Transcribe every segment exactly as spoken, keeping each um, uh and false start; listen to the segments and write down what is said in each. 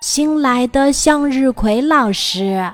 新来的向日葵老师。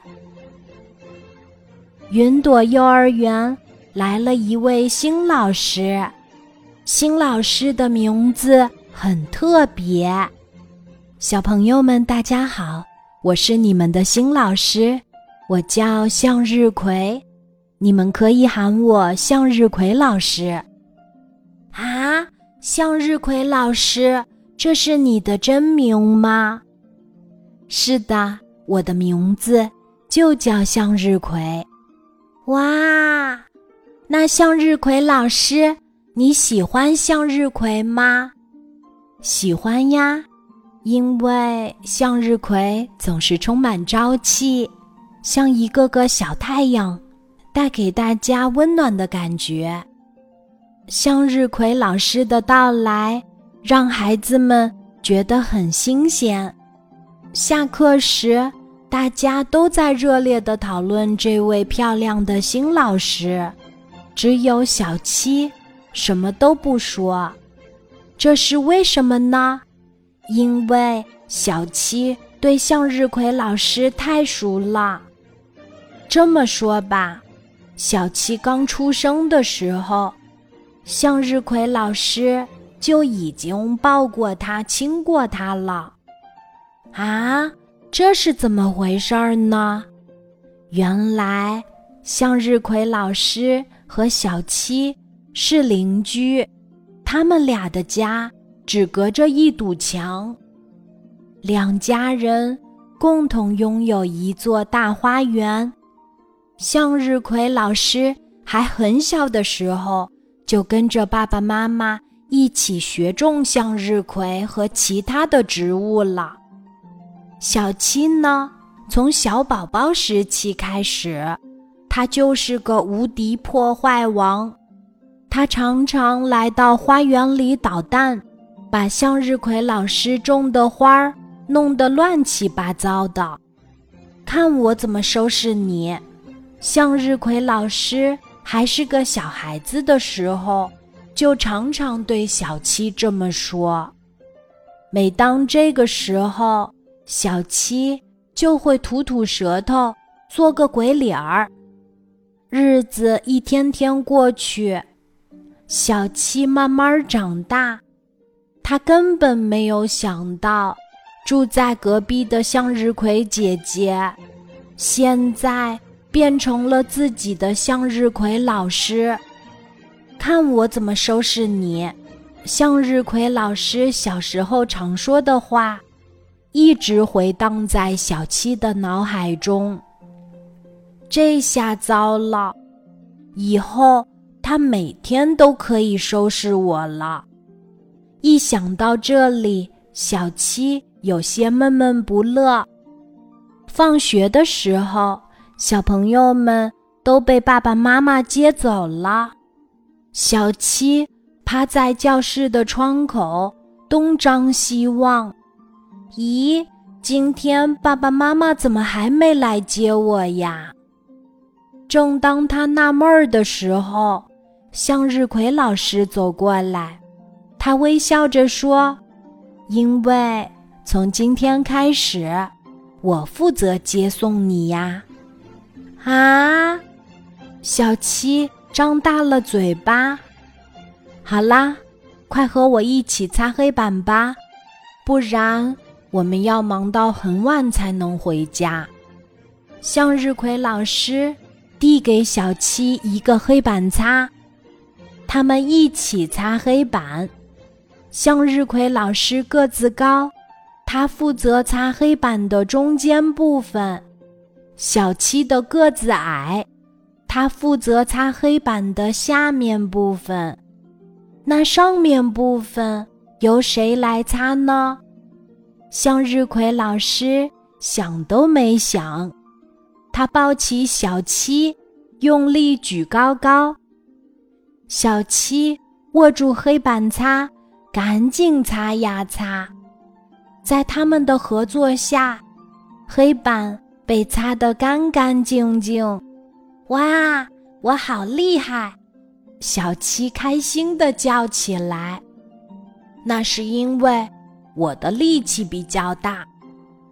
云朵幼儿园来了一位新老师，新老师的名字很特别。小朋友们大家好，我是你们的新老师，我叫向日葵，你们可以喊我向日葵老师。啊，向日葵老师，这是你的真名吗？是的，我的名字就叫向日葵。哇，那向日葵老师，你喜欢向日葵吗？喜欢呀，因为向日葵总是充满朝气，像一个个小太阳，带给大家温暖的感觉。向日葵老师的到来，让孩子们觉得很新鲜。下课时，大家都在热烈地讨论这位漂亮的新老师，只有小七什么都不说。这是为什么呢？因为小七对向日葵老师太熟了。这么说吧，小七刚出生的时候，向日葵老师就已经抱过他、亲过他了。啊，这是怎么回事呢？原来向日葵老师和小七是邻居，他们俩的家只隔着一堵墙，两家人共同拥有一座大花园。向日葵老师还很小的时候，就跟着爸爸妈妈一起学种向日葵和其他的植物了。小七呢，从小宝宝时期开始，他就是个无敌破坏王。他常常来到花园里捣蛋，把向日葵老师种的花儿弄得乱七八糟的。看我怎么收拾你！向日葵老师还是个小孩子的时候，就常常对小七这么说。每当这个时候，小七就会吐吐舌头，做个鬼脸儿。日子一天天过去，小七慢慢长大，他根本没有想到，住在隔壁的向日葵姐姐，现在变成了自己的向日葵老师。看我怎么收拾你！向日葵老师小时候常说的话，一直回荡在小七的脑海中。这下糟了，以后他每天都可以收拾我了。一想到这里，小七有些闷闷不乐。放学的时候，小朋友们都被爸爸妈妈接走了。小七趴在教室的窗口，东张西望。咦，今天爸爸妈妈怎么还没来接我呀？正当他纳闷儿的时候，向日葵老师走过来，他微笑着说：因为从今天开始，我负责接送你呀。啊！小七张大了嘴巴。好啦，快和我一起擦黑板吧，不然我们要忙到很晚才能回家。向日葵老师递给小七一个黑板擦，他们一起擦黑板。向日葵老师个子高，他负责擦黑板的中间部分。小七的个子矮，他负责擦黑板的下面部分。那上面部分由谁来擦呢？向日葵老师想都没想，他抱起小七，用力举高高。小七握住黑板擦，赶紧擦呀擦。在他们的合作下，黑板被擦得干干净净。哇，我好厉害！小七开心地叫起来。那是因为我的力气比较大。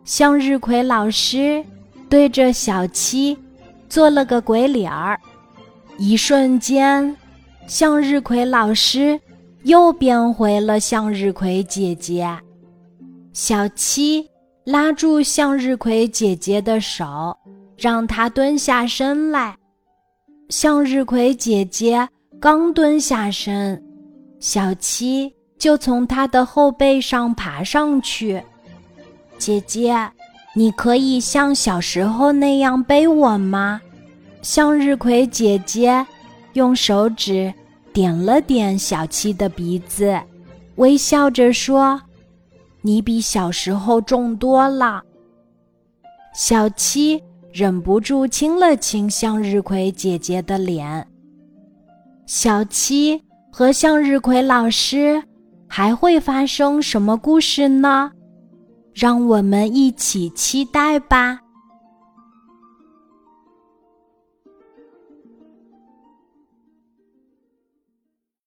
向日葵老师对着小七做了个鬼脸儿，一瞬间，向日葵老师又变回了向日葵姐姐。小七拉住向日葵姐姐的手，让她蹲下身来。向日葵姐姐刚蹲下身，小七就从她的后背上爬上去。姐姐，你可以像小时候那样背我吗？向日葵姐姐用手指点了点小七的鼻子，微笑着说：你比小时候重多了。小七忍不住亲了亲向日葵姐姐的脸。小七和向日葵老师还会发生什么故事呢？让我们一起期待吧。